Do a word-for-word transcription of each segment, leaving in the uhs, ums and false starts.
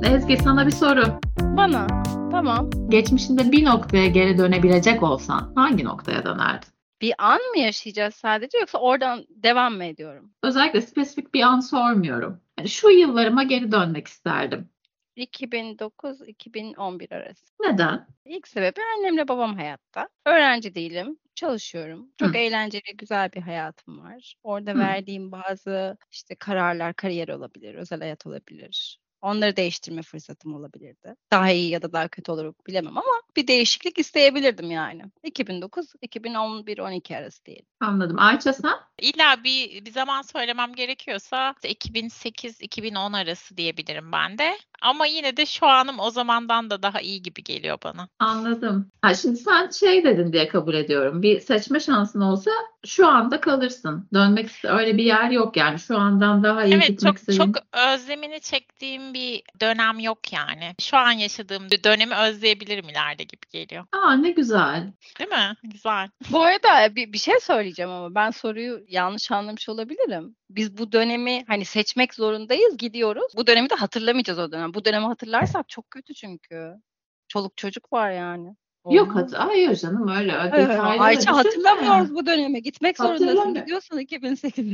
Ezgi, sana bir soru. Bana. Tamam. Geçmişinde bir noktaya geri dönebilecek olsan hangi noktaya dönerdin? Bir an mı yaşayacağız sadece yoksa oradan devam mı ediyorum? Özellikle spesifik bir an sormuyorum. Yani şu yıllarıma geri dönmek isterdim. iki bin dokuz iki bin on bir arası. Neden? İlk sebebi annemle babam hayatta. Öğrenci değilim. Çalışıyorum. Çok Hı. eğlenceli, güzel bir hayatım var. Orada Hı. verdiğim bazı işte kararlar, kariyer olabilir, özel hayat olabilir. Onları değiştirme fırsatım olabilirdi. Daha iyi ya da daha kötü olur bilemem ama bir değişiklik isteyebilirdim yani. iki bin dokuz iki bin on bir on iki arası diyelim. Anladım. Ayça sen? İlla bir bir zaman söylemem gerekiyorsa işte iki bin sekiz iki bin on arası diyebilirim ben de. Ama yine de şu anım o zamandan da daha iyi gibi geliyor bana. Anladım. Ha, şimdi sen şey dedin diye kabul ediyorum. Bir seçme şansın olsa şu anda kalırsın. Dönmek iste- öyle bir yer yok yani. Şu andan daha iyi Evet, gitmek çok istediğin. çok özlemini çektiğim bir dönem yok yani. Şu an yaşadığım dönemi özleyebilirim ileride gibi geliyor. Aa, ne güzel. Değil mi? Güzel. Bu arada bir, bir şey söyleyeceğim ama ben soruyu yanlış anlamış olabilirim. Biz bu dönemi hani seçmek zorundayız, gidiyoruz. Bu dönemi de hatırlamayacağız o dönem. Bu dönemi hatırlarsak çok kötü çünkü. Çoluk çocuk var yani. Yok Olmaz. hat hayır canım öyle öyle Ee, detayları Ayça düşünme. hatırlamıyoruz bu dönemi. Gitmek zorundasın. Hatırlamıyorum. Gidiyorsun iki bin sekizde.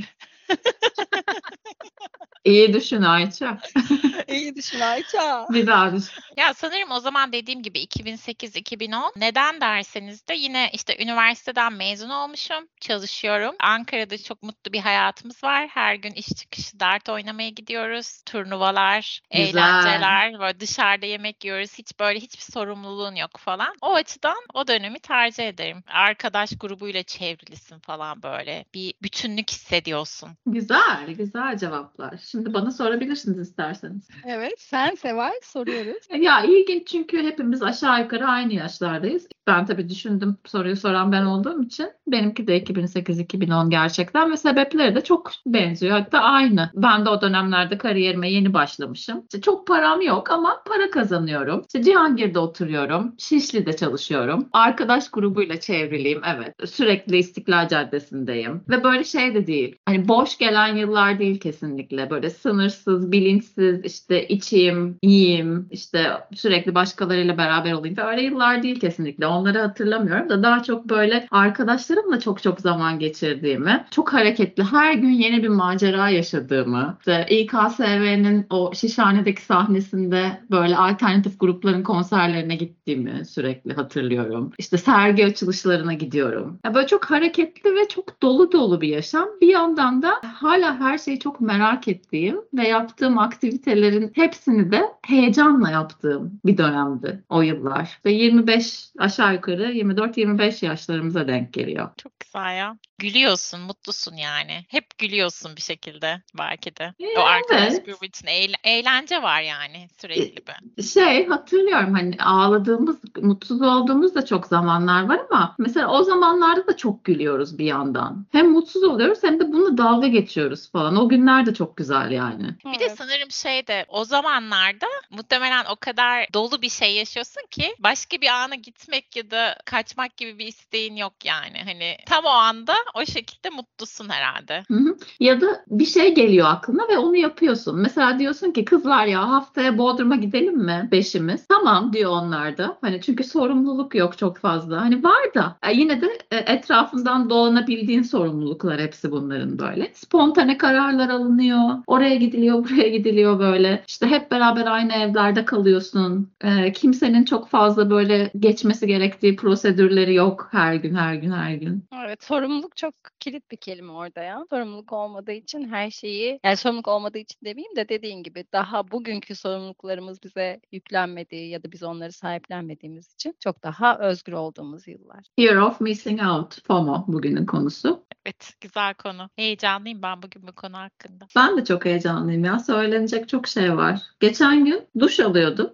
İyi düşün Ayça. İyi düşün Ayça. Bir daha düşün. Ya sanırım o zaman dediğim gibi iki bin sekiz iki bin on. Neden derseniz de yine işte üniversiteden mezun olmuşum, çalışıyorum. Ankara'da çok mutlu bir hayatımız var. Her gün iş çıkışı dart oynamaya gidiyoruz. Turnuvalar, Güzel. eğlenceler, böyle dışarıda yemek yiyoruz. Hiç böyle hiçbir sorumluluğun yok falan. O açıdan o dönemi tercih ederim. Arkadaş grubuyla çevrilisin falan böyle. Bir bütünlük hissediyorsun. Güzel, güzel cevaplar. Şimdi bana sorabilirsiniz isterseniz. Evet, sen Seval soruyoruz. Ya ilginç çünkü hepimiz aşağı yukarı aynı yaşlardayız. Ben tabii düşündüm soruyu soran ben olduğum için. Benimki de iki bin sekiz iki bin on gerçekten ve sebepleri de çok benziyor. Hatta aynı. Ben de o dönemlerde kariyerime yeni başlamışım. İşte çok param yok ama para kazanıyorum. İşte Cihangir'de oturuyorum. Şişli'de çalışıyorum. Arkadaş grubuyla çevriliyim. Evet. Sürekli İstiklal Caddesi'ndeyim. Ve böyle şey de değil. Hani boş gelen yıllar değil kesinlikle. Böyle sınırsız, bilinçsiz işte içeyim, yiyeyim, işte sürekli başkalarıyla beraber olayım. Ve öyle yıllar değil kesinlikle. Onları hatırlamıyorum da daha çok böyle arkadaşlarımla çok çok zaman geçirdiğimi, çok hareketli, her gün yeni bir macera yaşadığımı, işte İ K S V'nin o Şişhane'deki sahnesinde böyle alternatif grupların konserlerine gittiğimi sürekli hatırlıyorum. İşte sergi açılışlarına gidiyorum. Ya böyle çok hareketli ve çok dolu dolu bir yaşam. Bir yandan da hala her şeyi çok merak ettiğim ve yaptığım aktivitelerin hepsini de heyecanla yaptığım bir dönemdi o yıllar. Ve yirmi beş aşağı yukarı yirmi dört yirmi beş yaşlarımıza denk geliyor. Çok güzel ya. Gülüyorsun, mutlusun yani. Hep gülüyorsun bir şekilde belki de. Evet. O arkadaş grubu için eğle- eğlence var yani sürekli bir. Şey hatırlıyorum hani ağladığımız, mutsuz olduğumuz da çok zamanlar var ama mesela o zamanlarda da çok gülüyoruz bir yandan. Hem mutsuz oluyoruz hem de bunu dalga geçiyoruz falan. O günler de çok güzel yani. Bir de sanırım şey de o zamanlarda muhtemelen o kadar dolu bir şey yaşıyorsun ki başka bir ana gitmek ya da kaçmak gibi bir isteğin yok yani. Hani tam o anda o şekilde mutlusun herhalde. Hı hı. Ya da bir şey geliyor aklına ve onu yapıyorsun. Mesela diyorsun ki kızlar ya haftaya Bodrum'a gidelim mi beşimiz? Tamam diyor onlar da. Hani çünkü sorumluluk yok çok fazla. Hani var da e, yine de e, etrafından dolanabildiğin sorumluluklar hepsi bunların böyle. Spontane kararlar alınıyor. Oraya gidiliyor, buraya gidiliyor böyle. İşte hep beraber aynı evlerde kalıyorsun. E, kimsenin çok fazla böyle geçmesi gerektiği prosedürleri yok her gün her gün her gün. Evet, sorumluluk çok kilit bir kelime orada ya. Sorumluluk olmadığı için her şeyi, yani sorumluluk olmadığı için demeyeyim de dediğin gibi daha bugünkü sorumluluklarımız bize yüklenmediği ya da biz onları sahiplenmediğimiz için çok daha özgür olduğumuz yıllar. Fear of missing out, FOMO bugünün konusu. Evet, güzel konu. Heyecanlıyım ben bugün bu konu hakkında. Ben de çok heyecanlıyım ya. Söylenecek çok şey var. Geçen gün duş alıyordum.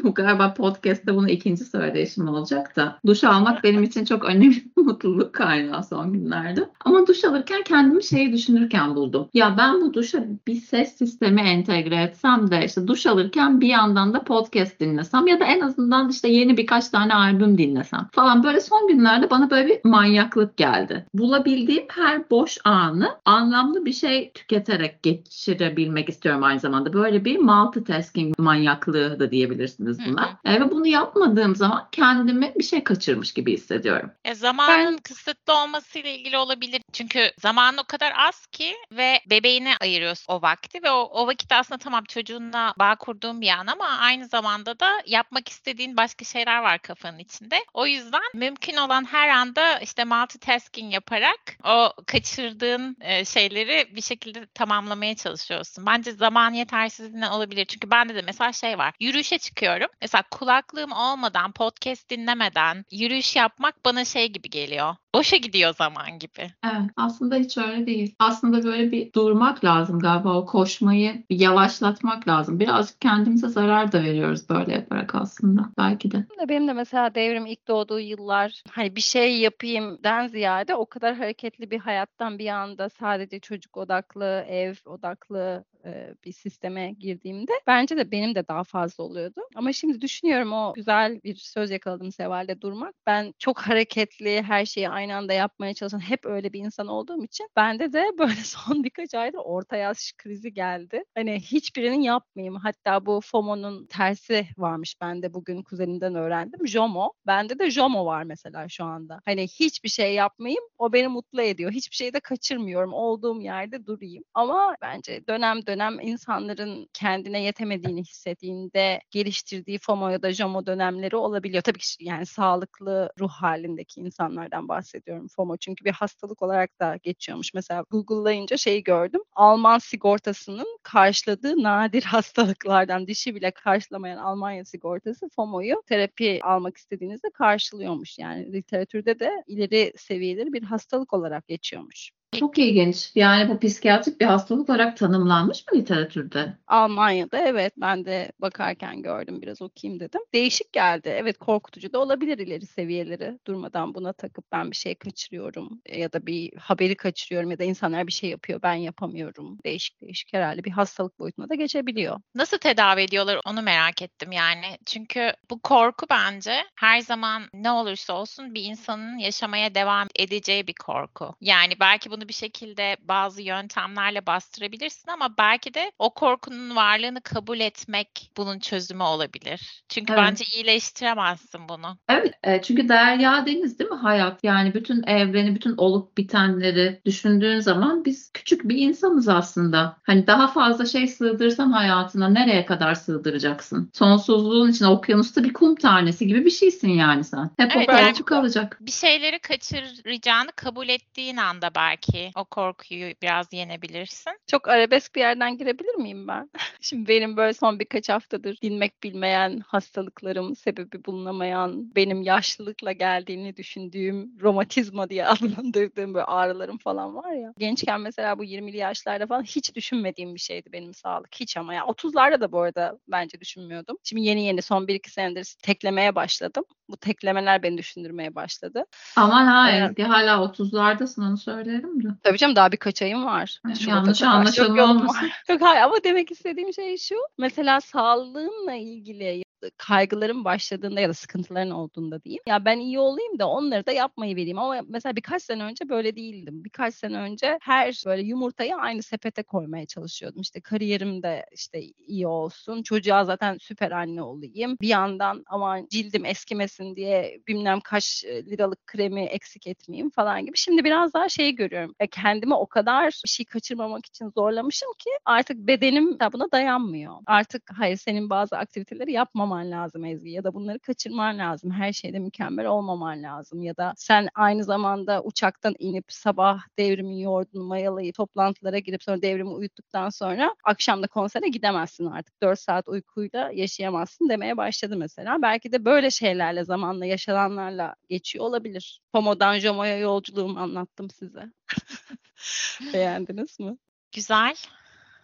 Bu galiba podcast'te bunu ikinci söyleyişim olacak da. Duş almak benim için çok önemli bir mutluluk kaynağı son günlerde. Ama duş alırken kendimi şeyi düşünürken buldum. Ya ben bu duşa bir ses sistemi entegre etsem de işte duş alırken bir yandan da podcast dinlesem ya da en azından işte yeni birkaç tane albüm dinlesem falan. Böyle son günlerde bana böyle bir manyaklık geldi. Bulabildiğim her boş anı anlamlı bir şey tüketerek geçirebilmek istiyorum aynı zamanda. Böyle bir multitasking manyaklığı da diyebilirsiniz Hı buna. hı. E, ve bunu yapmadığım zaman kendimi bir şey kaçırmış gibi hissediyorum. Ya zamanın Ben kısıtlı olmasıyla ilgili olabilir. Çünkü zaman o kadar az ki ve bebeğine ayırıyorsun o vakti ve o, o vakit aslında tamam çocuğunla bağ kurduğun bir an ama aynı zamanda da yapmak istediğin başka şeyler var kafanın içinde. O yüzden mümkün olan her anda işte multitasking yaparak o kaçırdığın e, şeyleri bir şekilde tamamlamaya çalışıyorsun. Bence zaman yetersizliğinden olabilir. Çünkü bende de mesela şey var. Yürüyüşe çıkıyorum. Mesela kulaklığım olmadan, podcast dinlemeden yürüyüş yapmak bana şey gibi geliyor. Boşa gidiyor zaman gibi. Evet, aslında hiç öyle değil. Aslında böyle bir durmak lazım galiba. O koşmayı bir yavaşlatmak lazım. Birazcık kendimize zarar da veriyoruz böyle yaparak aslında. Belki de. benim de mesela devrim ilk doğduğu yıllar hani bir şey yapayımdan ziyade o kadar hareketli bir hayattan bir anda sadece çocuk odaklı, ev odaklı e, bir sisteme girdiğimde bence de benim de daha fazla oluyordu. Ama şimdi düşünüyorum o güzel bir söz yakaladım Seval'de durmak. Ben çok hareketli, her şeyi aynı anda yapmaya çalışan hep öyle bir insan olduğum için bende de böyle son birkaç aydır orta yaş krizi geldi. Hani hiçbirini yapmayayım. Hatta bu FOMO'nun tersi varmış bende bugün kuzenimden öğrendim. JOMO. Bende de JOMO var mesela şu anda. Hani hiçbir şey yapmayayım. O beni mutlu ediyor. Hiçbir şeyi de kaçırmıyorum. Olduğum yerde durayım. Ama bence dönem dönem insanların kendine yetemediğini hissettiğinde geliştirdiği FOMO ya da JOMO dönemleri olabiliyor. Tabii ki yani sağlıklı ruh halindeki insanlardan bahsediyorum FOMO. Çünkü bir hastalık olarak da geçiyormuş. Mesela Google'layınca şeyi gördüm. Alman sigortasının karşıladığı nadir hastalıklardan dişi bile karşılamayan Almanya sigortası FOMO'yu terapi almak istediğinizde karşılıyormuş. Yani literatürde de ileri seviyeleri bir hastalık olarak geçiyormuş. Çok ilginç. Yani bu psikiyatrik bir hastalık olarak tanımlanmış mı literatürde? Almanya'da evet ben de bakarken gördüm biraz okuyayım dedim. Değişik geldi. Evet korkutucu da olabilir ileri seviyeleri. Durmadan buna takıp ben bir şey kaçırıyorum ya da bir haberi kaçırıyorum ya da insanlar bir şey yapıyor ben yapamıyorum. Değişik değişik herhalde bir hastalık boyutuna da geçebiliyor. Nasıl tedavi ediyorlar onu merak ettim yani. Çünkü bu korku bence her zaman ne olursa olsun bir insanın yaşamaya devam edeceği bir korku. Yani belki bunu bir şekilde bazı yöntemlerle bastırabilirsin ama belki de o korkunun varlığını kabul etmek bunun çözümü olabilir. Çünkü Evet. bence iyileştiremezsin bunu. Evet, e, çünkü derya deniz değil mi hayat? Yani bütün evreni, bütün olup bitenleri düşündüğün zaman biz küçük bir insanız aslında. Hani daha fazla şey sığdırsan hayatına nereye kadar sığdıracaksın? Sonsuzluğun içinde okyanusta bir kum tanesi gibi bir şeysin yani sen. Hep o Evet, yani korku kalacak. bir şeyleri kaçıracağını kabul ettiğin anda belki o korkuyu biraz yenebilirsin. Çok arabesk bir yerden girebilir miyim ben? Şimdi benim böyle son birkaç haftadır bilmek bilmeyen hastalıklarım, sebebi bulunamayan, benim yaşlılıkla geldiğini düşündüğüm romatizma diye adlandırdığım böyle ağrılarım falan var ya. Gençken mesela bu yirmili yaşlarda falan hiç düşünmediğim bir şeydi benim sağlık. Hiç ama ya otuzlarda da bu arada bence düşünmüyordum. Şimdi yeni yeni son bir iki senedir teklemeye başladım. Bu teklemeler beni düşündürmeye başladı. Aman ha Ee, Ezgi hala otuzlardasın onu söylerim de. Tabii canım daha birkaç ayım var. Ha, Şubat'a yanlış kadar çok anlaşılma yolum olmasın. var. Yok hayır ama demek istediğim şey şu. Mesela sağlığımla ilgili kaygıların başladığında ya da sıkıntıların olduğunda diyeyim. Ya ben iyi olayım da onları da yapmayı vereyim. Ama mesela birkaç sene önce böyle değildim. Birkaç sene önce her böyle yumurtayı aynı sepete koymaya çalışıyordum. İşte kariyerim de işte iyi olsun. Çocuğa zaten süper anne olayım. Bir yandan aman cildim eskimesin diye bilmem kaç liralık kremi eksik etmeyeyim falan gibi. Şimdi biraz daha şey görüyorum. Ya kendimi o kadar bir şey kaçırmamak için zorlamışım ki artık bedenim buna dayanmıyor. Artık hayır senin bazı aktiviteleri yapmaman lazım Ezgi ya da bunları kaçırman lazım. Her şeyde mükemmel olmaman lazım ya da sen aynı zamanda uçaktan inip sabah devrimin yoğurdunu mayalayıp toplantılara girip sonra devrimi uyuttuktan sonra akşam da konsere gidemezsin artık. dört saat uykuyla yaşayamazsın demeye başladı mesela. Belki de böyle şeylerle zamanla yaşananlarla geçiyor olabilir. FOMO'dan JOMO'ya yolculuğumu anlattım size. Beğendiniz mi? Güzel.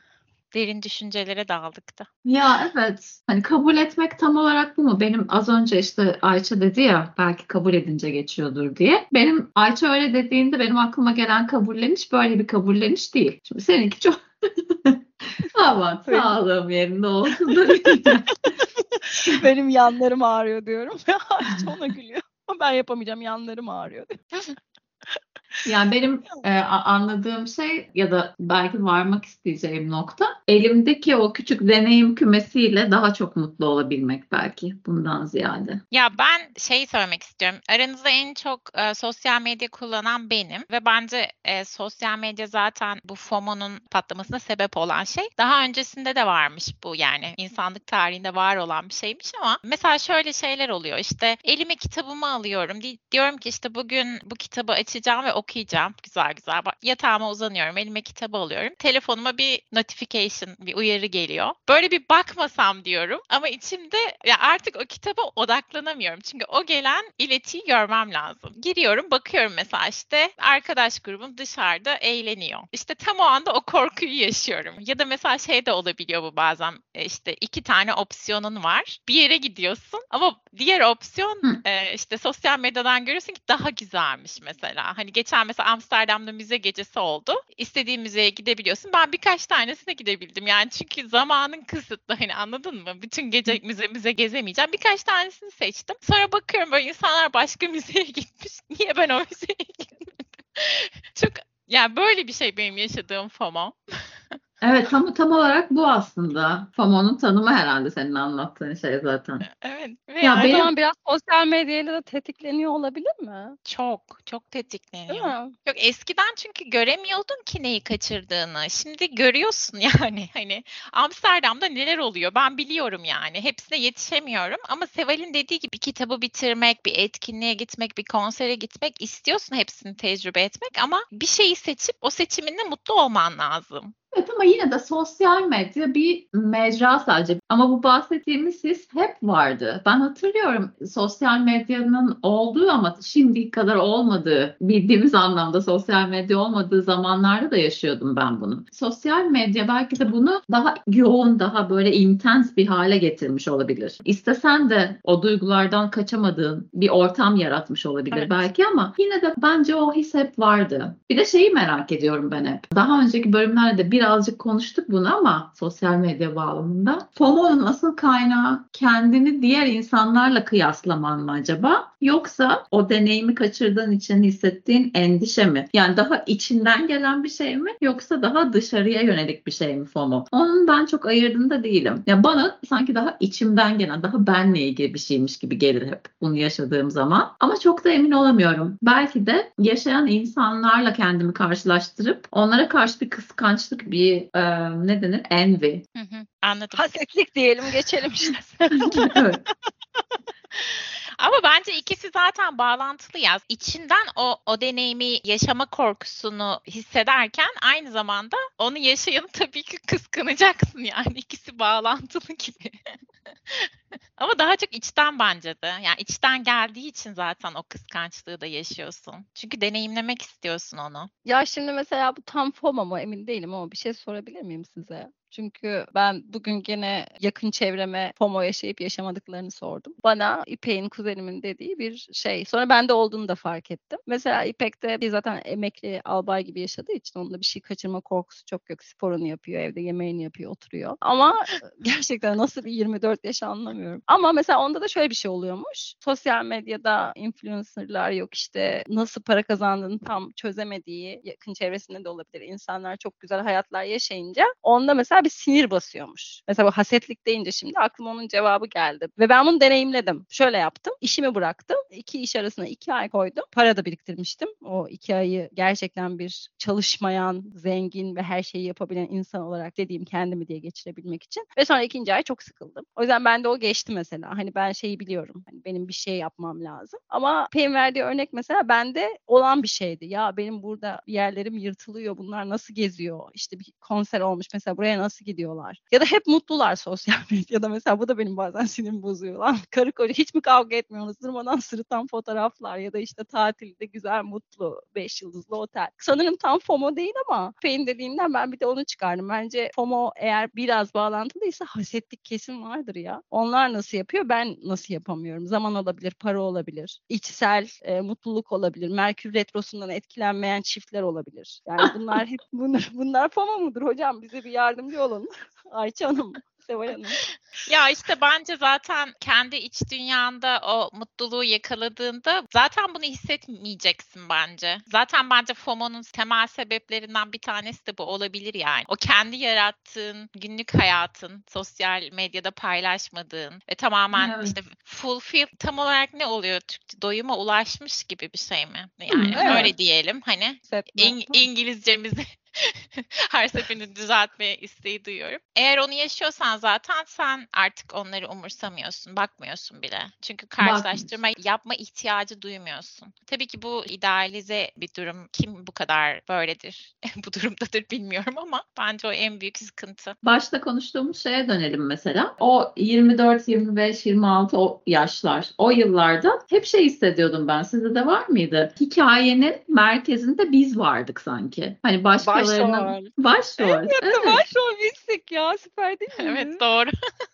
derin düşüncelere daldık da. Ya evet. Hani kabul etmek tam olarak bu mu? Benim az önce işte Ayça dedi ya belki kabul edince geçiyordur diye. Benim Ayça öyle dediğinde benim aklıma gelen kabulleniş böyle bir kabulleniş değil. Şimdi seninki çok aman Benim- sağlığım yerinde olsun da Benim yanlarım ağrıyor diyorum. Ayça ona gülüyor. Ben yapamayacağım, yanlarım ağrıyor diyor. Yani benim e, a- anladığım şey ya da belki varmak isteyeceğim nokta elimdeki o küçük deneyim kümesiyle daha çok mutlu olabilmek belki bundan ziyade. Ya ben şeyi söylemek istiyorum. Aranızda en çok e, sosyal medya kullanan benim ve bence e, sosyal medya zaten bu FOMO'nun patlamasına sebep olan şey. Daha öncesinde de varmış bu, yani insanlık tarihinde var olan bir şeymiş ama mesela şöyle şeyler oluyor. İşte elime kitabımı alıyorum. Di- diyorum ki işte bugün bu kitabı açacağım ve okuyacağım. Güzel güzel. Bak, yatağıma uzanıyorum. Elime kitabı alıyorum. Telefonuma bir notification, bir uyarı geliyor. Böyle bir bakmasam diyorum ama içimde ya artık o kitaba odaklanamıyorum. Çünkü o gelen iletiyi görmem lazım. Giriyorum, bakıyorum mesela işte arkadaş grubum dışarıda eğleniyor. İşte tam o anda o korkuyu yaşıyorum. Ya da mesela şey de olabiliyor bu bazen. E, işte iki tane opsiyonun var. Bir yere gidiyorsun ama diğer opsiyon Hı. e, işte sosyal medyadan görüyorsun ki daha güzelmiş mesela. Hani geçen mesela Amsterdam'da müze gecesi oldu. İstediğin müzeye gidebiliyorsun. Ben birkaç tanesine gidebildim. Yani çünkü zamanın kısıtlı, hani anladın mı? Bütün gece müze müze gezemeyeceğim. Birkaç tanesini seçtim. Sonra bakıyorum böyle insanlar başka müzeye gitmiş. Niye ben o müzeye gitmedim? Çok, yani böyle bir şey benim yaşadığım FOMO. Evet tam tam olarak bu aslında. FOMO'nun tanımı herhalde senin anlattığın şey zaten. Evet. Ve Ya O yani benim zaman biraz sosyal medyayla da tetikleniyor olabilir mi? çok çok Değil tetikleniyor. mi? Yok, eskiden çünkü göremiyordun ki neyi kaçırdığını. Şimdi görüyorsun yani. Hani Amsterdam'da neler oluyor ben biliyorum yani. Hepsine yetişemiyorum ama Seval'in dediği gibi bir kitabı bitirmek, bir etkinliğe gitmek, bir konsere gitmek istiyorsun, hepsini tecrübe etmek ama bir şeyi seçip o seçiminle mutlu olman lazım. evet ama yine de sosyal medya bir mecra sadece. Ama bu bahsettiğimiz his hep vardı. Ben hatırlıyorum sosyal medyanın olduğu ama şimdiki kadar olmadığı, bildiğimiz anlamda sosyal medya olmadığı zamanlarda da yaşıyordum ben bunu. Sosyal medya belki de bunu daha yoğun, daha böyle intens bir hale getirmiş olabilir. İstesen de o duygulardan kaçamadığın bir ortam yaratmış olabilir Evet. belki ama yine de bence o his hep vardı. Bir de şeyi merak ediyorum ben hep. Daha önceki bölümlerde birazcık konuştuk bunu ama sosyal medya bağlamında. FOMO'nun asıl kaynağı kendini diğer insanlarla kıyaslaman mı acaba? Yoksa o deneyimi kaçırdığın için hissettiğin endişe mi? Yani daha içinden gelen bir şey mi? Yoksa daha dışarıya yönelik bir şey mi FOMO? Onun ben çok ayırdığında değilim. Ya bana sanki daha içimden gelen, daha benle ilgili bir şeymiş gibi gelir hep bunu yaşadığım zaman. Ama çok da emin olamıyorum. Belki de yaşayan insanlarla kendimi karşılaştırıp onlara karşı bir kıskançlık, bir e, ne denir? Envy. Hı hı, anladım. Hasetlik diyelim, geçelim işte. Evet. Ama bence ikisi zaten bağlantılı ya. İçinden o o deneyimi yaşama korkusunu hissederken aynı zamanda onu yaşayanı tabii ki kıskanacaksın yani. İkisi bağlantılı gibi. Ama daha çok içten bence de. Yani içten geldiği için zaten o kıskançlığı da yaşıyorsun. Çünkü deneyimlemek istiyorsun onu. Ya şimdi mesela bu tam FOMO mu emin değilim ama bir şey sorabilir miyim size? Çünkü ben bugün gene yakın çevreme FOMO yaşayıp yaşamadıklarını sordum. Bana İpek'in, kuzenimin dediği bir şey. Sonra bende olduğunu da fark ettim. Mesela İpek de zaten emekli albay gibi yaşadığı için onda bir şey kaçırma korkusu çok yok. Sporunu yapıyor, evde yemeğini yapıyor, oturuyor. Ama gerçekten nasıl bir yirmi dört yaş anlamıyorum. Ama mesela onda da şöyle bir şey oluyormuş. Sosyal medyada influencerlar yok işte nasıl para kazandığını tam çözemediği, yakın çevresinde de olabilir. İnsanlar çok güzel hayatlar yaşayınca onda mesela bir sinir basıyormuş. Mesela bu hasetlik deyince şimdi aklıma onun cevabı geldi. Ve ben bunu deneyimledim. Şöyle yaptım. İşimi bıraktım. İki iş arasına iki ay koydum. Para da biriktirmiştim. O iki ayı gerçekten bir çalışmayan, zengin ve her şeyi yapabilen insan olarak dediğim kendimi diye geçirebilmek için. Ve sonra ikinci ay çok sıkıldım. O yüzden bende o geçti mesela. Hani ben şeyi biliyorum. Hani benim bir şey yapmam lazım. Ama Pey'in verdiği örnek mesela bende olan bir şeydi. Ya benim burada bir yerlerim yırtılıyor. Bunlar nasıl geziyor? İşte bir konser olmuş. Mesela buraya nasıl nasıl gidiyorlar? Ya da hep mutlular sosyal medyada. Mesela bu da benim bazen sinirimi bozuyor. Lan karı koca hiç mi kavga etmiyorsunuz? Durmadan sırıtan fotoğraflar ya da işte tatilde güzel, mutlu, beş yıldızlı otel. Sanırım tam FOMO değil ama Fein dediğinden ben bir de onu çıkardım. Bence FOMO eğer biraz bağlantılıysa hasetlik kesin vardır ya. Onlar nasıl yapıyor? Ben nasıl yapamıyorum? Zaman olabilir, para olabilir, içsel e, mutluluk olabilir, Merkür Retrosu'ndan etkilenmeyen çiftler olabilir. Yani bunlar hep bunlar, bunlar FOMO mudur hocam? Bize bir yardımcı olun. Ayça Hanım, Seval Hanım. Ya işte bence zaten kendi iç dünyanda o mutluluğu yakaladığında zaten bunu hissetmeyeceksin bence. Zaten bence FOMO'nun temel sebeplerinden bir tanesi de bu olabilir yani. O kendi yarattığın günlük hayatın sosyal medyada paylaşmadığın ve tamamen Evet. işte fulfill tam olarak ne oluyor? Türkçe doyuma ulaşmış gibi bir şey mi? Hı, Yani evet. öyle diyelim hani Hissetme. İng- İngilizcemizi her seferinde düzeltmeye isteği duyuyorum. Eğer onu yaşıyorsan zaten sen artık onları umursamıyorsun, bakmıyorsun bile. Çünkü karşılaştırma yapma ihtiyacı duymuyorsun. Tabii ki bu idealize bir durum. Kim bu kadar böyledir, bu durumdadır bilmiyorum ama bence o en büyük sıkıntı. Başta konuştuğumuz şeye dönelim mesela. O yirmi dört, yirmi beş, yirmi altı o yaşlar, o yıllarda hep şey hissediyordum ben. Sizde de var mıydı? Hikayenin merkezinde biz vardık sanki. Hani başkalarının başrol. Evet. Başrol bizdik ya, süper değil miydi? Evet, doğru.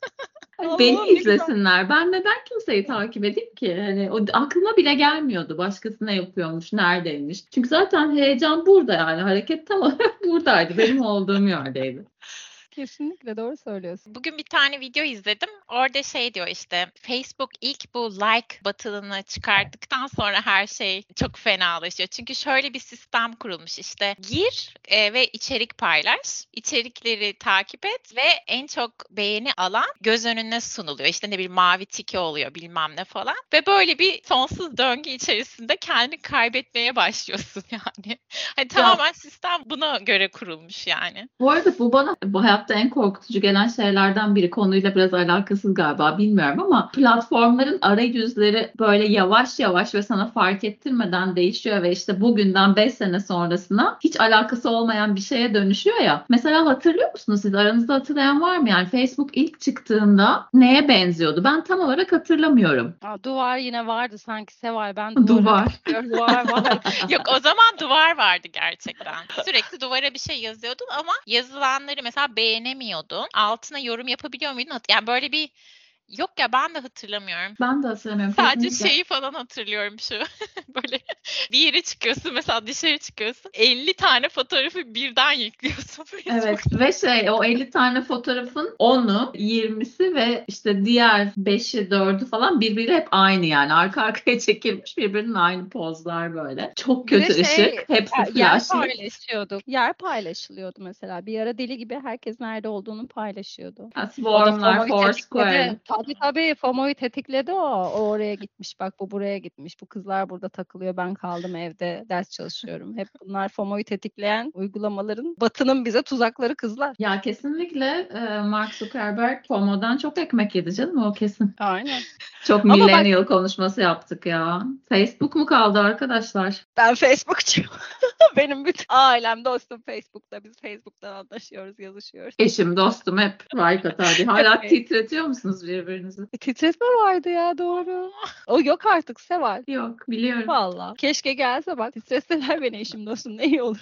Hani beni Allah'ım ne güzel. izlesinler. Ben neden kimseyi takip edeyim ki? Hani o aklıma bile gelmiyordu. Başkası ne yapıyormuş, neredeymiş. Çünkü zaten heyecan burada yani. Hareket tam olarak buradaydı. Benim olduğum yerdeydi. Kesinlikle doğru söylüyorsun. Bugün bir tane video izledim. Orada şey diyor işte Facebook ilk bu like butonunu çıkarttıktan sonra her şey çok fenalaşıyor. Çünkü şöyle bir sistem kurulmuş işte gir e, ve içerik paylaş. İçerikleri takip et ve en çok beğeni alan göz önüne sunuluyor. İşte ne bileyim mavi tiki oluyor bilmem ne falan. Ve böyle bir sonsuz döngü içerisinde kendini kaybetmeye başlıyorsun yani. Hani tamamen sistem buna göre kurulmuş yani. Bu arada bu bana bu hayatta en korkutucu gelen şeylerden biri. Konuyla biraz alakasız galiba bilmiyorum ama platformların arayüzleri böyle yavaş yavaş ve sana fark ettirmeden değişiyor ve işte bugünden beş sene sonrasına hiç alakası olmayan bir şeye dönüşüyor ya. Mesela hatırlıyor musunuz siz? Aranızda hatırlayan var mı? Yani Facebook ilk çıktığında neye benziyordu? Ben tam olarak hatırlamıyorum. Aa, duvar yine vardı sanki Seval. Ben duvara Duvar. bakıyorum. Duvar var. Yok o zaman duvar vardı gerçekten. Sürekli duvara bir şey yazıyordun ama yazılanları mesela beğenemiyordun. Altına yorum yapabiliyor muydun? Hat- Yani böyle bir yok ya ben de hatırlamıyorum. Ben de hatırlamıyorum. Sadece Kesinlikle. şeyi falan hatırlıyorum şu. Böyle bir yere çıkıyorsun mesela dışarı çıkıyorsun. elli tane fotoğrafı birden yüklüyorsun. Evet ve şey o elli tane fotoğrafın onu, yirmisi ve işte diğer beşi, dördü falan birbiriyle hep aynı yani. Arka arkaya çekilmiş birbirinin aynı pozlar böyle. Çok Bir de kötü şey, ışık. Hepsi ya- yer flashlı. paylaşıyorduk. Yer paylaşılıyordu mesela. Bir ara deli gibi herkes nerede olduğunu paylaşıyordu. Ha, O da Swarm'lar, FOMO'yu Foursquare. tetikledi. Tabii tabii FOMO'yu tetikledi o. O oraya gitmiş bak bu buraya gitmiş. Bu kızlar burada takılıyor. Ben kaldım evde ders çalışıyorum. Hep bunlar FOMO'yu tetikleyen uygulamaların Batı'nın bize tuzakları kızlar. Ya kesinlikle e, Mark Zuckerberg FOMO'dan çok ekmek yedi canım o kesin. Aynen. Çok Ama bak- millennial konuşması yaptık ya. Facebook mu kaldı arkadaşlar? Ben Facebook'çuyum. Benim bütün ailem dostum Facebook'ta. Biz Facebook'tan anlaşıyoruz, yazışıyoruz. Eşim, dostum hep like atar diye. Hala Evet. titretiyor musunuz birbirinizi? E, titretme vardı ya doğru. O yok artık Seval. Yok biliyorum. Valla. Keşke gelse bak. Titretseler beni eşim dostum ne iyi olur.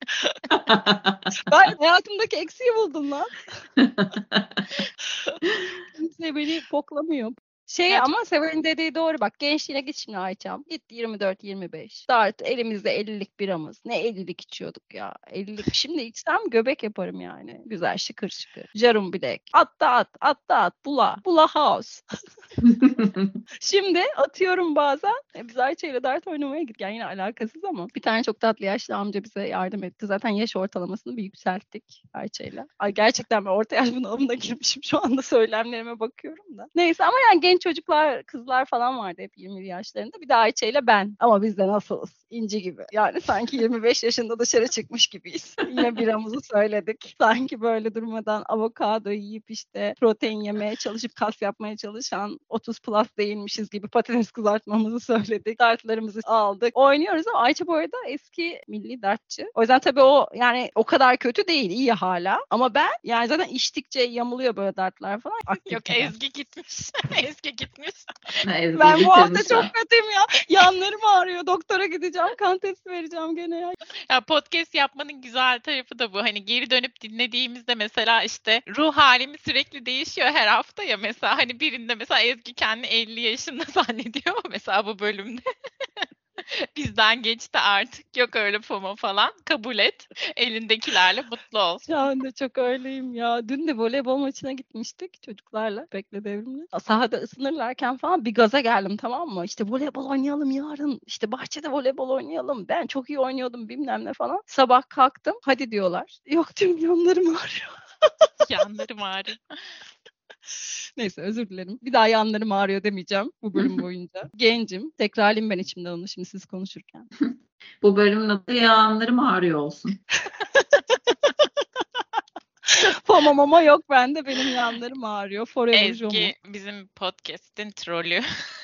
Ben hayatımdaki eksiği buldum lan. Kimse beni poklamıyor. Şey Evet. ama Seval'in dediği doğru bak gençliğine git şimdi Ayça'm. Git yirmi dört yirmi beş. Start elimizde ellilik biramız. Ne ellilik içiyorduk ya. ellilik şimdi içsem göbek yaparım yani. Güzel şıkır şıkır. Jarum bilek. At da at. At da at. Bula. Bula house. Şimdi atıyorum bazen. E, biz Ayça ile dart oynamaya gittik. Yani yine alakasız ama bir tane çok tatlı yaşlı amca bize yardım etti. Zaten yaş ortalamasını bir yükselttik Ayça ile. Ay gerçekten ben orta yaş bunalımına girmişim. Şu anda söylemlerime bakıyorum da. Neyse ama yani genç genç çocuklar, kızlar falan vardı hep yirmili yaşlarında. Bir de Ayça ile ben. Ama biz de nasılız? İnci gibi. Yani sanki yirmi beş yaşında dışarı çıkmış gibiyiz. Yine biramızı söyledik. Sanki böyle durmadan avokado yiyip işte protein yemeye çalışıp kas yapmaya çalışan otuz plus değilmişiz gibi patates kızartmamızı söyledik. Dartlarımızı aldık. Oynuyoruz ama Ayça bu arada eski milli dartçı. O yüzden tabii o yani o kadar kötü değil. İyi hala. Ama ben yani zaten içtikçe yamuluyor böyle dartlar falan. Yok Aktiviteden. Ezgi gitmiş. Ezgi gitmiş. Ezgi'yi Ben bu hafta bitirmişler. çok kötüyüm ya. Yanlarım ağrıyor. Doktora gideceğim. Kan testi vereceğim gene ya. Ya podcast yapmanın güzel tarafı da bu. Hani geri dönüp dinlediğimizde mesela işte ruh halimiz sürekli değişiyor her hafta ya. Mesela hani birinde mesela Ezgi kendini elli yaşında zannediyor mesela bu bölümde. Bizden geçti artık. Yok öyle FOMO falan. Kabul et. Elindekilerle mutlu ol. Şu anda çok öyleyim ya. Dün de voleybol maçına gitmiştik çocuklarla. Bekle devrimle. Sahada ısınırlarken falan bir gaza geldim, tamam mı? İşte voleybol oynayalım yarın. İşte bahçede voleybol oynayalım. Ben çok iyi oynuyordum bilmem ne falan. Sabah kalktım. Hadi diyorlar. Yok diyorum, yanlarım ağrıyor. Yanlarım ağrıyor. Neyse özür dilerim. Bir daha yanlarım ağrıyor demeyeceğim bu bölüm boyunca. Gencim. Tekrarlayayım ben içimden onu şimdi siz konuşurken. Bu bölümün adı yağanlarım ağrıyor olsun. FOMO momo yok bende. Benim yanlarım ağrıyor. Forever Jomo. Ezgi bizim podcast'in trolü.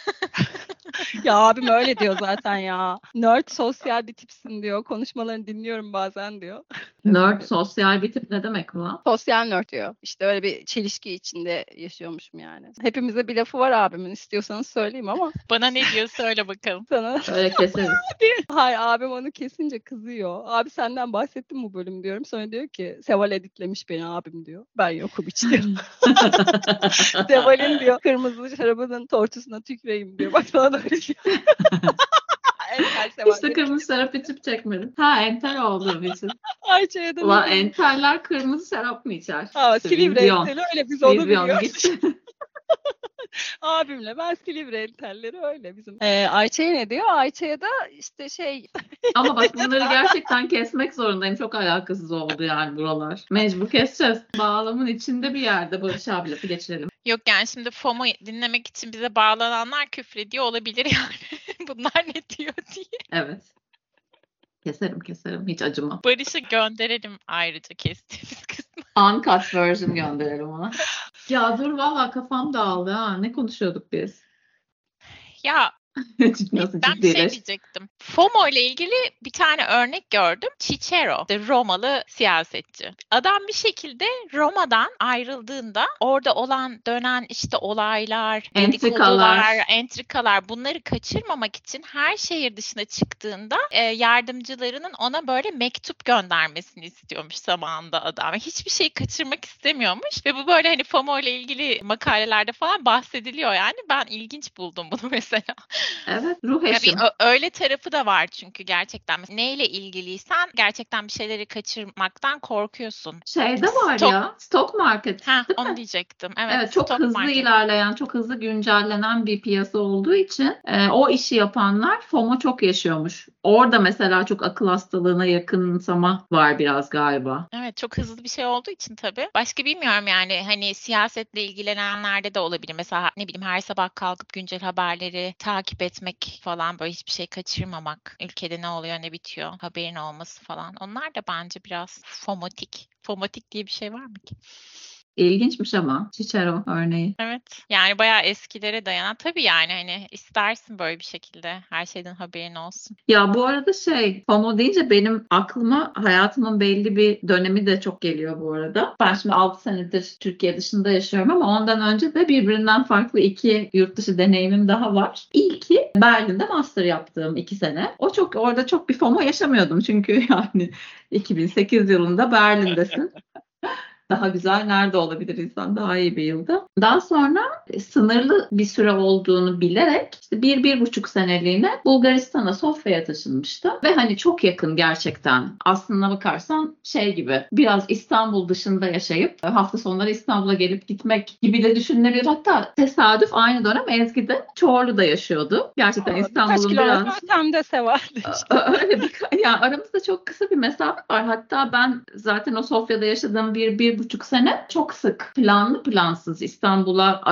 Ya abim öyle diyor zaten ya. Nerd sosyal bir tipsin diyor. Konuşmalarını dinliyorum bazen diyor. Nerd sosyal bir tip ne demek lan? Sosyal nerd diyor. İşte öyle bir çelişki içinde yaşıyormuşum yani. Hepimize bir lafı var abimin. İstiyorsanız söyleyeyim ama Bana ne diyor söyle bakalım. sana Öyle keseriz. hayır, abim onu kesince kızıyor. Abi senden bahsettim bu bölüm diyorum. Sonra diyor ki Seval editlemiş beni abim diyor. Ben yokum hiç diyor. Seval'in diyor kırmızı şarabının tortusuna tüküreyim diyor. Bak sana da öyle diyor. Entel Seval. İşte kırmızı şarap içip çekmedim. Ha entel olduğum için. Ayça'ya da Ulan ne diyor? enteller kırmızı şarap mı içer? Aa, İşte Silivri vizyon. enteli öyle biz onu Vizyon biliyoruz. git. Abimle ben Silivri entelleri öyle bizim. Ee, Ayça'ya ne diyor? Ayça'ya da işte şey Ama bak bunları gerçekten kesmek zorundayım. Çok alakasız oldu yani buralar. Mecbur keseceğiz. Bağlamın içinde bir yerde Barış abi lafı geçirelim. Yok yani şimdi FOMO dinlemek için bize bağlananlar küfrediyor olabilir yani. Bunlar ne diyor diye. Evet. Keserim keserim. Hiç acımam. Barış'ı gönderelim ayrıca kestiğimiz kısmı. Uncut version gönderelim ona. Ya dur valla kafam dağıldı ha. Ne konuşuyorduk biz? Ya Nasıl ben bir şey ciddileş? diyecektim. FOMO ile ilgili bir tane örnek gördüm. Cicero, işte Romalı siyasetçi. Adam bir şekilde Roma'dan ayrıldığında orada olan dönen işte olaylar, Entrikalar. dedikodular, entrikalar bunları kaçırmamak için her şehir dışına çıktığında e, yardımcılarının ona böyle mektup göndermesini istiyormuş zamanında adam. Hiçbir şeyi kaçırmak istemiyormuş ve bu böyle hani FOMO ile ilgili makalelerde falan bahsediliyor yani. Ben ilginç buldum bunu mesela. Evet, ruh Ya bir eşim. ö- öyle tarafı da var çünkü gerçekten. Mesela neyle ilgiliysen gerçekten bir şeyleri kaçırmaktan korkuyorsun. Şeyde var Stock- ya, stock market. Ha, değil mi? onu diyecektim. Evet, Evet, çok stock hızlı market. ilerleyen, çok hızlı güncellenen bir piyasa olduğu için e, o işi yapanlar FOMO çok yaşıyormuş. Orada mesela çok akıl hastalığına yakınsama var biraz galiba. Evet, çok hızlı bir şey olduğu için tabii. Başka bilmiyorum yani hani siyasetle ilgilenenlerde de olabilir. Mesela ne bileyim her sabah kalkıp güncel haberleri takip etmek falan böyle hiçbir şey kaçırmamak. Ülkede ne oluyor ne bitiyor haberin olması falan. Onlar da bence biraz fomotik. Fomotik diye bir şey var mı ki? İlginçmiş ama Cicero örneği. Evet. Yani bayağı eskilere dayanan. Tabii yani hani istersin böyle bir şekilde her şeyden haberin olsun. Ya bu arada şey FOMO deyince benim aklıma hayatımın belli bir dönemi de çok geliyor bu arada. Ben şimdi altı senedir Türkiye dışında yaşıyorum ama ondan önce de birbirinden farklı iki yurt dışı deneyimim daha var. İlki Berlin'de master yaptığım iki sene. O çok orada çok bir FOMO yaşamıyordum çünkü yani iki bin sekiz yılında Berlin'desin. Daha güzel nerede olabilir insan daha iyi bir yılda. Daha sonra sınırlı bir süre olduğunu bilerek işte bir, bir buçuk seneliğine Bulgaristan'a Sofya'ya taşınmıştım. Ve hani çok yakın gerçekten. Aslına bakarsan şey gibi biraz İstanbul dışında yaşayıp hafta sonları İstanbul'a gelip gitmek gibi de düşünülebilir. Hatta tesadüf aynı dönem Ezgi de Çorlu'da yaşıyordu. Gerçekten Aa, İstanbul'un birkaç biraz... kilometre ötemde Seval'de işte. Öyle bir yani aramızda çok kısa bir mesafe var. Hatta ben zaten o Sofya'da yaşadığım bir, bir buçuk sene çok sık planlı plansız İstanbul'a aşırı sık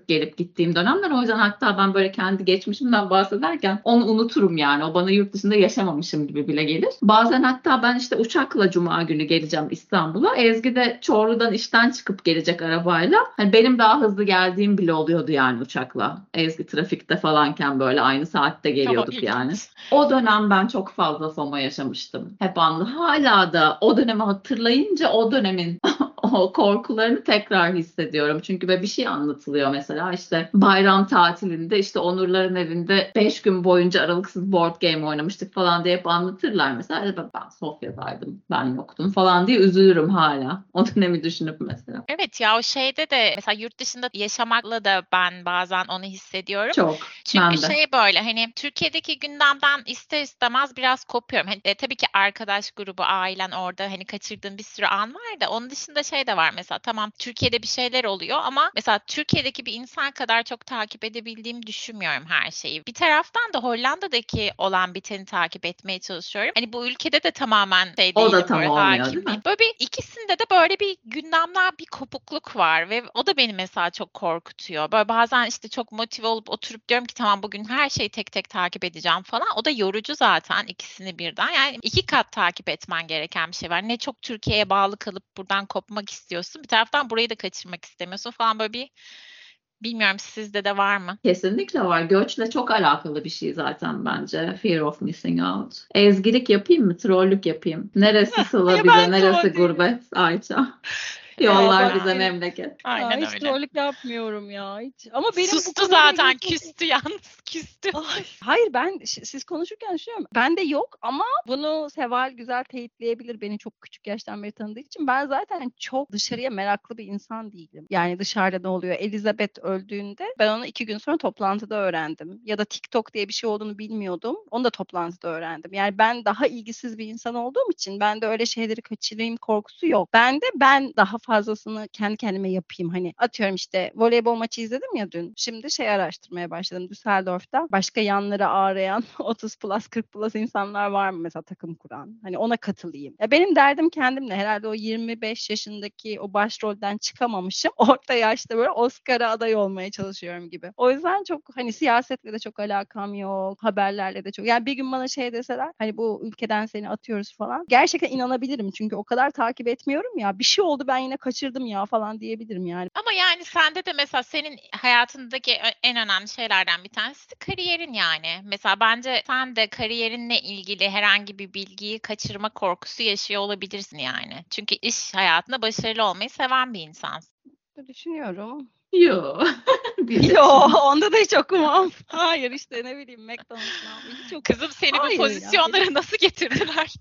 çıkıp gelip gittiğim dönemler. O yüzden hatta ben böyle kendi geçmişimden bahsederken onu unuturum yani. O bana yurt dışında yaşamamışım gibi bile gelir. Bazen hatta ben işte uçakla cuma günü geleceğim İstanbul'a. Ezgi de Çorlu'dan işten çıkıp gelecek arabayla. Hani benim daha hızlı geldiğim bile oluyordu yani uçakla. Ezgi trafikte falanken böyle aynı saatte geliyorduk Çok yani. ilginç. O dönem ben çok fazla FOMO yaşamıştım. Hep anlı. Hala da o dönemi hatırlayınca o dönemin o korkularını tekrar hissediyorum. Çünkü böyle bir şey anlatılıyor mesela işte bayram tatilinde işte Onurların evinde beş gün boyunca aralıksız board game oynamıştık falan diye hep anlatırlar mesela. Ben, ben Sofya'daydım, ben yoktum falan diye üzülürüm hala. O dönemi düşünüp mesela. Evet ya o şeyde de mesela yurt dışında yaşamakla da ben bazen onu hissediyorum. Çok. Çünkü Ben de. şey böyle hani Türkiye'deki gündemden ister istemez biraz kopuyorum. Hani, e, tabii ki arkadaş grubu, ailen orada hani kaçırdığın bir sürü an var da onun dışında şey de var mesela tamam Türkiye'de bir şeyler oluyor ama mesela Türkiye'deki bir insan kadar çok takip edebildiğimi düşünmüyorum her şeyi. Bir taraftan da Hollanda'daki olan biteni takip etmeye çalışıyorum. Hani bu ülkede de tamamen şey O da değilim, tam böyle olmuyor hakim değil değilim. mi? Böyle bir ikisinde de böyle bir gündemden bir kopukluk var ve o da beni mesela çok korkutuyor. Böyle bazen işte çok motive olup oturup diyorum ki tamam bugün her şeyi tek tek takip edeceğim falan. O da yorucu zaten ikisini birden. Yani iki kat takip etmen gereken bir şey var. Ne çok Türkiye'ye bağlı kalıp buradan kopmak istiyorsun. Bir taraftan burayı da kaçırmak istemiyorsun falan böyle bir bilmiyorum sizde de var mı? Kesinlikle var. Göçle çok alakalı bir şey zaten bence. Fear of missing out. Ezgilik yapayım mı? Trollük yapayım. Neresi Sıla Ya bize, ben neresi troll değilim. gurbet Ayça? Ya Yollar bak bize benim memleket. ya Aynen hiç öyle. trollük yapmıyorum ya hiç. Ama benim bu Sustu konuyla zaten ilgili çok küstü yalnız küstü. Ay, hayır ben ş- siz konuşurken düşünüyorum. Bende yok ama bunu Seval güzel teyitleyebilir beni çok küçük yaştan beri tanıdığı için. Ben zaten çok dışarıya meraklı bir insan değilim. Yani dışarıda ne oluyor? Elizabeth öldüğünde ben onu iki gün sonra toplantıda öğrendim. Ya da TikTok diye bir şey olduğunu bilmiyordum. Onu da toplantıda öğrendim. Yani ben daha ilgisiz bir insan olduğum için bende öyle şeyleri kaçırayım korkusu yok. Ben de ben daha fazlasını kendi kendime yapayım. Hani atıyorum işte voleybol maçı izledim ya dün. Şimdi şey araştırmaya başladım. Düsseldorf'ta başka yanları ağrıyan otuz plus kırk plus insanlar var mı mesela takım kuran? Hani ona katılayım. Ya benim derdim kendimle. Herhalde o yirmi beş yaşındaki o başrolden çıkamamışım. Orta yaşta böyle Oscar'a aday olmaya çalışıyorum gibi. O yüzden çok hani siyasetle de çok alakam yok. Haberlerle de çok. Yani bir gün bana şey deseler hani bu ülkeden seni atıyoruz falan. Gerçekten inanabilirim. Çünkü o kadar takip etmiyorum ya. Bir şey oldu ben yine kaçırdım ya falan diyebilirim yani. Ama yani sende de mesela senin hayatındaki ö- en önemli şeylerden bir tanesi de kariyerin yani. Mesela bence sen de kariyerinle ilgili herhangi bir bilgiyi kaçırma korkusu yaşıyor olabilirsin yani. Çünkü iş hayatında başarılı olmayı seven bir insansın. Düşünüyorum. Yo. Biz Yo, onda da hiç okumam. Hayır işte ne bileyim McDonald's'dan hiç oku. Kızım seni bu Hayır ya benim pozisyonlara nasıl getirdiler?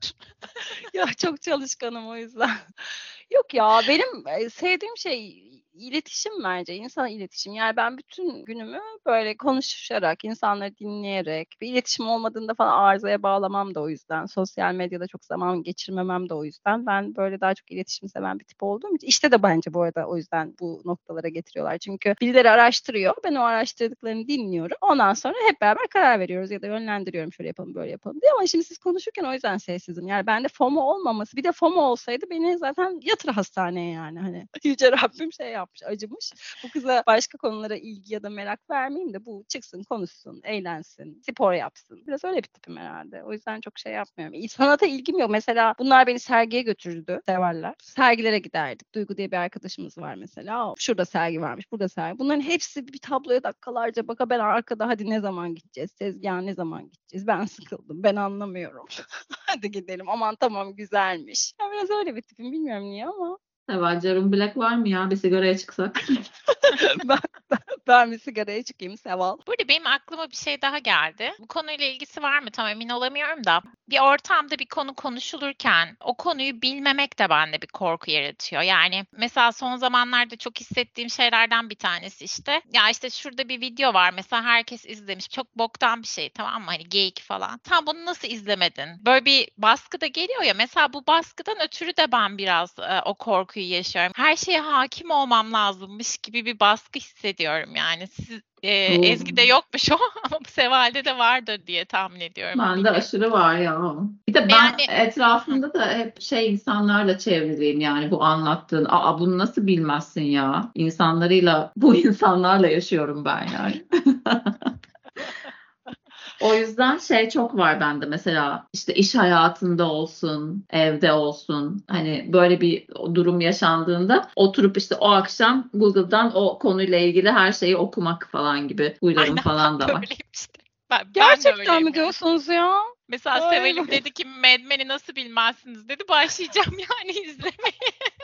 ya çok çalışkanım o yüzden. Yok ya benim e, sevdiğim şey iletişim bence. İnsan iletişim. Yani ben bütün günümü böyle konuşarak, insanları dinleyerek, bir iletişim olmadığında falan arızaya bağlamam da o yüzden. Sosyal medyada çok zaman geçirmemem de o yüzden. Ben böyle daha çok iletişim seven bir tip olduğum için. İşte de bence bu arada o yüzden bu noktalara getiriyorlar. Çünkü birileri araştırıyor. Ben o araştırdıklarını dinliyorum. Ondan sonra hep beraber karar veriyoruz ya da yönlendiriyorum şöyle yapalım böyle yapalım diye. Ama şimdi siz konuşurken o yüzden sessizim. Yani bende FOMO olmaması. Bir de FOMO olsaydı beni zaten yatır hastaneye yani. Hani Yüce Rabbim şey yapmış, acımış. Bu kıza başka konulara ilgi ya da merak vermeyeyim de bu çıksın, konuşsun, eğlensin, spor yapsın. Biraz öyle bir tipim herhalde. O yüzden çok şey yapmıyorum. Sanata ilgim yok. Mesela bunlar beni sergiye götürdü. Severler. Sergilere giderdik. Duygu diye bir arkadaşımız var mesela. Şurada sergi varmış, burada sergi. Bunların hepsi bir tabloya dakikalarca baka ben arkada hadi ne zaman gideceğiz? Tezgaha ne zaman gideceğiz? Ben sıkıldım. Ben anlamıyorum. Hadi gidelim. Aman tamam güzelmiş. Ya biraz öyle bir tipim. Bilmiyorum niye ama. Seval Carun Black var mı ya? Bir sigaraya çıksak. ben, ben, ben bir sigaraya çıkayım Seval. Burada benim aklıma bir şey daha geldi. Bu konuyla ilgisi var mı tam emin olamıyorum da. Bir ortamda bir konu konuşulurken o konuyu bilmemek de bende bir korku yaratıyor. Yani mesela son zamanlarda çok hissettiğim şeylerden bir tanesi işte. Ya işte şurada bir video var mesela herkes izlemiş. Çok boktan bir şey tamam mı? Hani geyik falan. Sen bunu nasıl izlemedin? Böyle bir baskı da geliyor ya. Mesela bu baskıdan ötürü de ben biraz e, o korkuyu yaşıyorum. Her şeye hakim olmam lazımmış gibi bir baskı hissediyorum yani. Siz, e, Ezgi'de yokmuş o ama Seval'de de vardır diye tahmin ediyorum. Bende aşırı var ya. Bir de ben Yani- etrafımda da hep şey insanlarla çevriliyim yani bu anlattığın. Aa bunu nasıl bilmezsin ya? İnsanlarıyla, bu insanlarla yaşıyorum ben yani. O yüzden şey çok var bende mesela işte iş hayatında olsun, evde olsun hani böyle bir durum yaşandığında oturup işte o akşam Google'dan o konuyla ilgili her şeyi okumak falan gibi huylarım Aynen, falan da ben de var. öyleyim işte. Ben, ben de Gerçekten öyleyim mi yani. diyorsunuz ya? Mesela Ay, Seval'im bak- dedi ki Mad Men'i nasıl bilmezsiniz dedi. Başlayacağım yani izlemeye.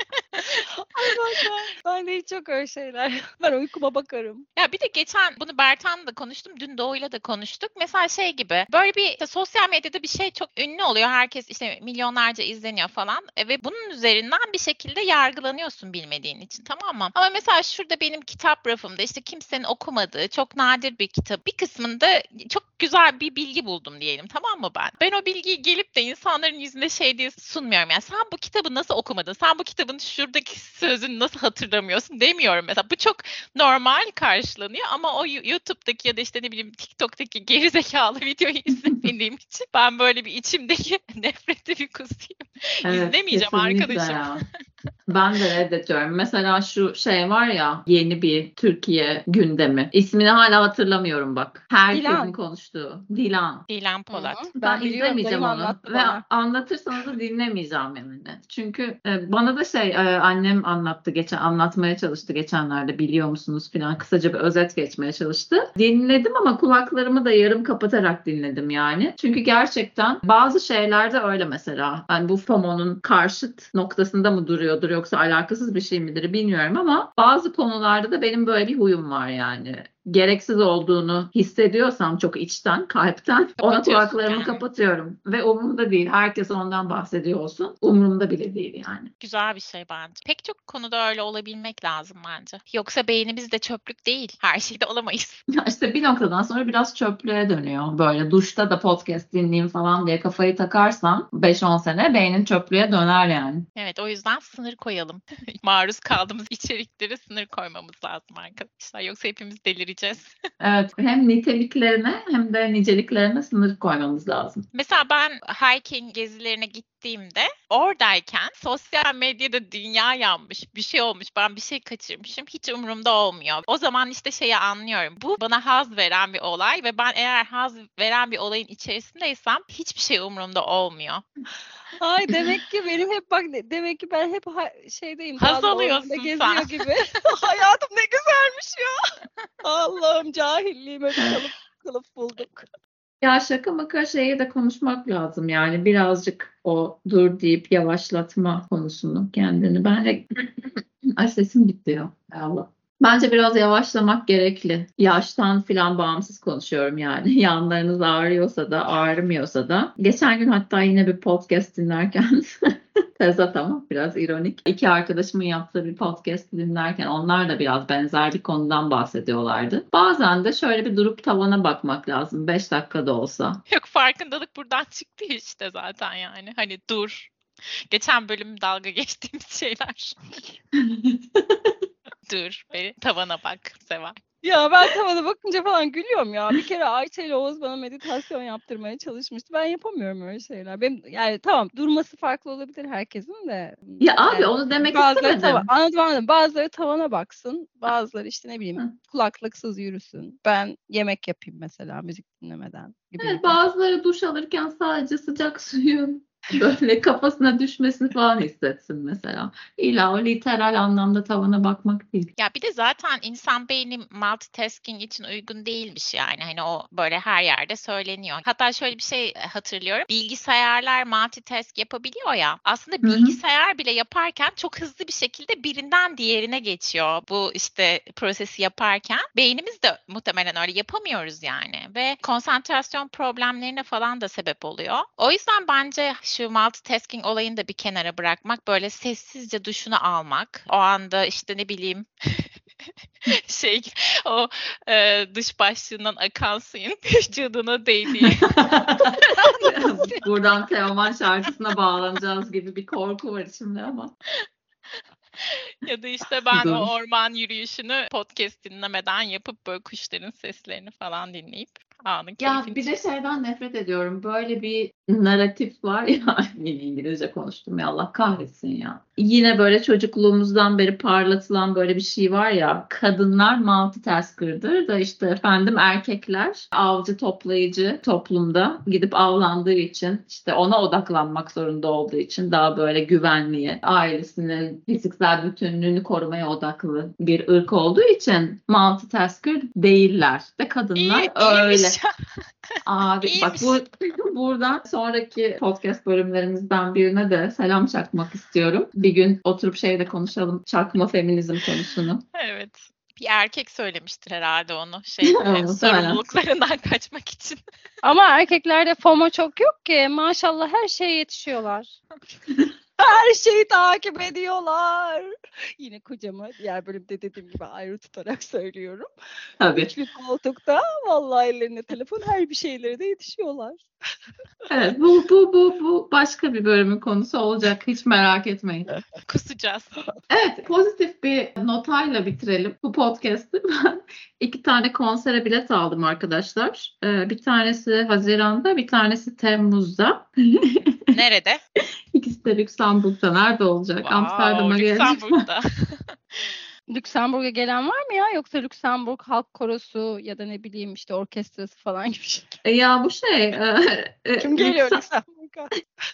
Ay bak ben, ben de hiç yok öyle şeyler. Ben uykuma bakarım. Ya bir de geçen bunu Bertan'la da konuştum. Dün Doğu'yla da konuştuk. Mesela şey gibi böyle bir işte sosyal medyada bir şey çok ünlü oluyor. Herkes işte milyonlarca izleniyor falan. E, ve bunun üzerinden bir şekilde yargılanıyorsun bilmediğin için, tamam mı? Ama mesela şurada benim kitap rafımda işte kimsenin okumadığı çok nadir bir kitap. Bir kısmında çok güzel bir bilgi buldum diyelim, tamam mı ben? Ben o bilgiyi gelip de insanların yüzünde şey diye sunmuyorum. Yani sen bu kitabı nasıl okumadın? Sen bu kitabın şuradaki sözünü nasıl hatırlamıyorsun demiyorum mesela. Bu çok normal karşılanıyor ama o YouTube'daki ya da işte ne bileyim TikTok'taki gerizekalı videoyu izlemediğim için ben böyle bir içimdeki nefreti bir kusayım. Evet, İzlemeyeceğim kesinlikle arkadaşım. ya. Ben de reddediyorum. Mesela şu şey var ya yeni bir Türkiye gündemi. İsmini hala hatırlamıyorum bak. Herkesin Dilan. konuştuğu. Dilan. Dilan Hı Polat. hı. Ben, Ben biliyorum, izlemeyeceğim dayım onu anlattı ve bana. anlatırsanız da dinlemeyeceğim yani. Çünkü e, bana da şey e, annem anlattı geçen anlatmaya çalıştı geçenlerde biliyor musunuz falan kısaca bir özet geçmeye çalıştı. Dinledim ama kulaklarımı da yarım kapatarak dinledim yani. Çünkü gerçekten bazı şeylerde öyle mesela. Yani bu FOMO'nun karşıt noktasında mı duruyordur yoksa alakasız bir şey midir bilmiyorum ama bazı konularda da benim böyle bir huyum var yani. Gereksiz olduğunu hissediyorsam çok içten, kalpten ona Kapatıyorsun kulaklarımı yani. kapatıyorum. Ve umurumda değil. Herkes ondan bahsediyor olsun. Umurumda bile değil yani. Güzel bir şey bence. Pek çok konuda öyle olabilmek lazım bence. Yoksa beynimiz de çöplük değil. Her şeyde olamayız. Ya işte bir noktadan sonra biraz çöplüğe dönüyor. Böyle duşta da podcast dinleyeyim falan diye kafayı takarsan beş on sene beynin çöplüğe döner yani. Evet, o yüzden sınır koyalım. Maruz kaldığımız içeriklere sınır koymamız lazım arkadaşlar. Yoksa hepimiz delireceğiz. Evet, hem niteliklerine hem de niceliklerine sınır koymamız lazım. Mesela ben hiking gezilerine gittiğimde oradayken sosyal medyada dünya yanmış, bir şey olmuş, ben bir şey kaçırmışım. Hiç umurumda olmuyor. O zaman işte şeyi anlıyorum. Bu bana haz veren bir olay ve ben eğer haz veren bir olayın içerisindeysem hiçbir şey umurumda olmuyor. Ay demek ki benim hep bak de- demek ki ben hep ha- şeydeyim. Haz dağda, ormanda alıyorsun geziyor sen. gibi. Hayatım ne güzelmiş ya. Allah'ım cahilliğime bir kalıp kılıf bulduk. Ya şaka maka şeyi de konuşmak lazım yani birazcık o dur deyip yavaşlatma konusunu kendini. Ben de ay sesim gitti ya. Hay Allah. Bence biraz yavaşlamak gerekli. Yaştan filan bağımsız konuşuyorum yani. Yanlarınız ağrıyorsa da ağrımıyorsa da. Geçen gün hatta yine bir podcast dinlerken tezat ama biraz ironik. İki arkadaşımın yaptığı bir podcast dinlerken onlar da biraz benzer bir konudan bahsediyorlardı. Bazen de şöyle bir durup tavana bakmak lazım. Beş dakikada olsa. Yok, farkındalık buradan çıktı işte zaten yani. Hani dur. Geçen bölüm dalga geçtiğimiz şeyler. Dur be, tavana bak Seval. Ya ben tavana bakınca falan gülüyorum ya. Bir kere Ayça ile Oğuz bana meditasyon yaptırmaya çalışmıştı. Ben yapamıyorum öyle şeyler. Benim yani tamam durması farklı olabilir herkesin de. Ya abi Yani onu demek bazıları tava istemedim. anladım anladım. Bazıları tavana baksın. Bazıları işte ne Hı. bileyim kulaklıksız yürüsün. Ben yemek yapayım mesela müzik dinlemeden gibi Evet, gibi. bazıları duş alırken sadece sıcak suyun böyle kafasına düşmesini falan hissetsin mesela. İlla o literal anlamda tavana bakmak değil. Ya bir de zaten insan beyni multitasking için uygun değilmiş yani. Hani o böyle her yerde söyleniyor. Hatta şöyle bir şey hatırlıyorum. Bilgisayarlar multitask yapabiliyor ya. Aslında Hı hı. bilgisayar bile yaparken çok hızlı bir şekilde birinden diğerine geçiyor. Bu işte prosesi yaparken. Beynimiz de muhtemelen öyle yapamıyoruz yani. Ve konsantrasyon problemlerine falan da sebep oluyor. O yüzden bence şu multitasking olayını da bir kenara bırakmak, böyle sessizce duşunu almak, o anda işte ne bileyim şey o e, dış başlığından akan suyun vücuduna değdiği. Buradan Teoman şarkısına bağlanacağız gibi bir korku var içimde ama. Ya da işte ben Doğru. o orman yürüyüşünü podcast dinlemeden yapıp böyle kuşların seslerini falan dinleyip anın Ya keyfini bir de çıkarıyorum. şeyden nefret ediyorum. Böyle bir narratif var ya. Yine İngilizce konuştum ya, Allah kahretsin ya. Yine böyle çocukluğumuzdan beri parlatılan böyle bir şey var ya. Kadınlar multitasker'dır da işte efendim erkekler avcı toplayıcı toplumda gidip avlandığı için, işte ona odaklanmak zorunda olduğu için, daha böyle güvenliğe, ailesinin fiziksel bütünlüğünü korumaya odaklı bir ırk olduğu için multitasker değiller. Ve kadınlar İyi, öyle. iyiymiş. Abi bak bu buradan sonraki podcast bölümlerimizden birine de selam çakmak istiyorum. Bir gün oturup şeyde konuşalım, çakma feminizm konusunu. Evet. Bir erkek söylemiştir herhalde onu. Şey, Evet, sorumluluklarından kaçmak için. Ama erkeklerde FOMO çok yok ki. Maşallah her şeye yetişiyorlar. Her şeyi takip ediyorlar. Yine kocama diğer bölümde dediğim gibi ayrı tutarak söylüyorum. Tabii. Üçlü koltukta vallahi ellerine telefon, her bir şeylere de yetişiyorlar. Evet, bu bu bu bu başka bir bölümün konusu olacak. Hiç merak etmeyin. Kusacağız. Evet, pozitif bir notayla bitirelim bu podcast'ı. Ben iki tane konsere bilet aldım arkadaşlar. Ee, bir tanesi Haziran'da, bir tanesi Temmuz'da. Nerede? İkisi de Lüksemburg'da. Nerede olacak? Wow, Amsterdam'a gelecek. Lüksemburg'da. Lüksemburg'a gelen var mı ya? Yoksa Lüksemburg Halk Korosu ya da ne bileyim işte orkestrası falan gibi şey. E, Ya bu şey... e, e, Kim geliyor Lüksem- Lüksemburg'a?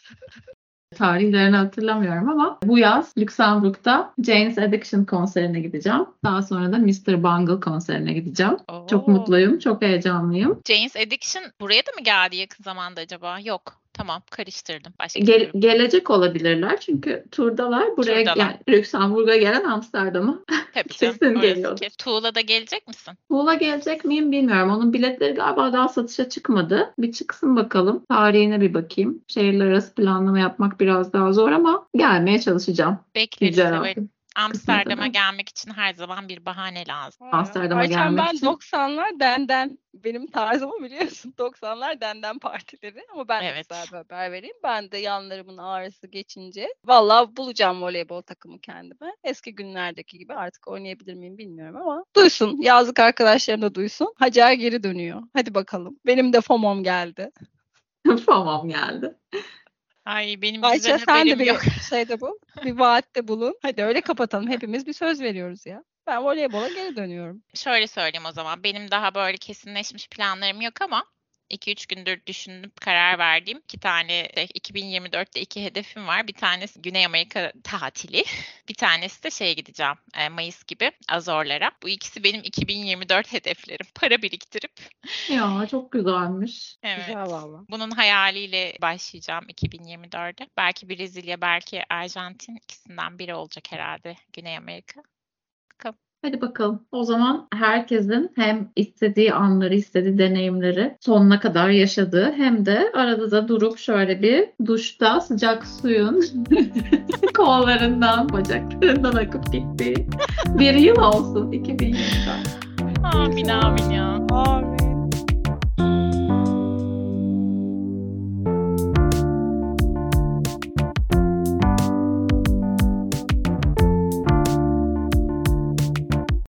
Tarihlerini hatırlamıyorum ama bu yaz Lüksemburg'da Jane's Addiction konserine gideceğim. Daha sonra da mister Bungle konserine gideceğim. Çok Oo. mutluyum, çok heyecanlıyım. Jane's Addiction buraya da mı geldi yakın zamanda acaba? Yok. Tamam, karıştırdım. Başka Gel- bir- gelecek olabilirler çünkü turdalar. Buraya Turdalar. yani Lüksemburg'a gelen Amsterdam'a Tabii canım, kesin orası geliyordur. kesin. Tuğla'da gelecek misin? Muğla gelecek miyim bilmiyorum. Onun biletleri galiba daha satışa çıkmadı. Bir çıksın bakalım. Tarihine bir bakayım. Şehirler arası planlama yapmak biraz daha zor ama gelmeye çalışacağım. Bekleriz, Güzel severim. oldu. Amsterdam'a kadar. gelmek için her zaman bir bahane lazım. Amsterdam'a Ayçem, gelmek ben için. doksanlar denden, benim tarzımı biliyorsun, doksanlar denden partileri, ama ben de Evet. güzel bir haber vereyim. Ben de yanlarımın ağrısı geçince vallahi bulacağım voleybol takımı kendime. Eski günlerdeki gibi artık oynayabilir miyim bilmiyorum ama duysun, yazlık arkadaşlarım da duysun. Hacer geri dönüyor. Hadi bakalım. Benim de FOMO'm geldi. Tamam geldi. Ay benim Ayça güzel sen de haberim bir yok. şeyde bu, bir vaatte bulun. Hadi öyle kapatalım. Hepimiz bir söz veriyoruz ya. Ben voleybola geri dönüyorum. Şöyle söyleyeyim o zaman. Benim daha böyle kesinleşmiş planlarım yok ama iki üç gündür düşünüp karar verdiğim iki tane de iki bin yirmi dörtte iki hedefim var. Bir tanesi Güney Amerika tatili. Bir tanesi de şeye gideceğim. e, Mayıs gibi Azorlara. Bu ikisi benim iki bin yirmi dört hedeflerim. Para biriktirip. Ya çok güzelmiş. Evet. Güzel valla. Bunun hayaliyle başlayacağım iki bin yirmi dörde. Belki Brezilya, belki Arjantin, ikisinden biri olacak herhalde Güney Amerika. Hadi bakalım. O zaman herkesin hem istediği anları, istediği deneyimleri sonuna kadar yaşadığı, hem de arada da durup şöyle bir duşta sıcak suyun kollarından, bacaklarından akıp gittiği bir yıl olsun iki bin yirmi dört. Amin amin ya.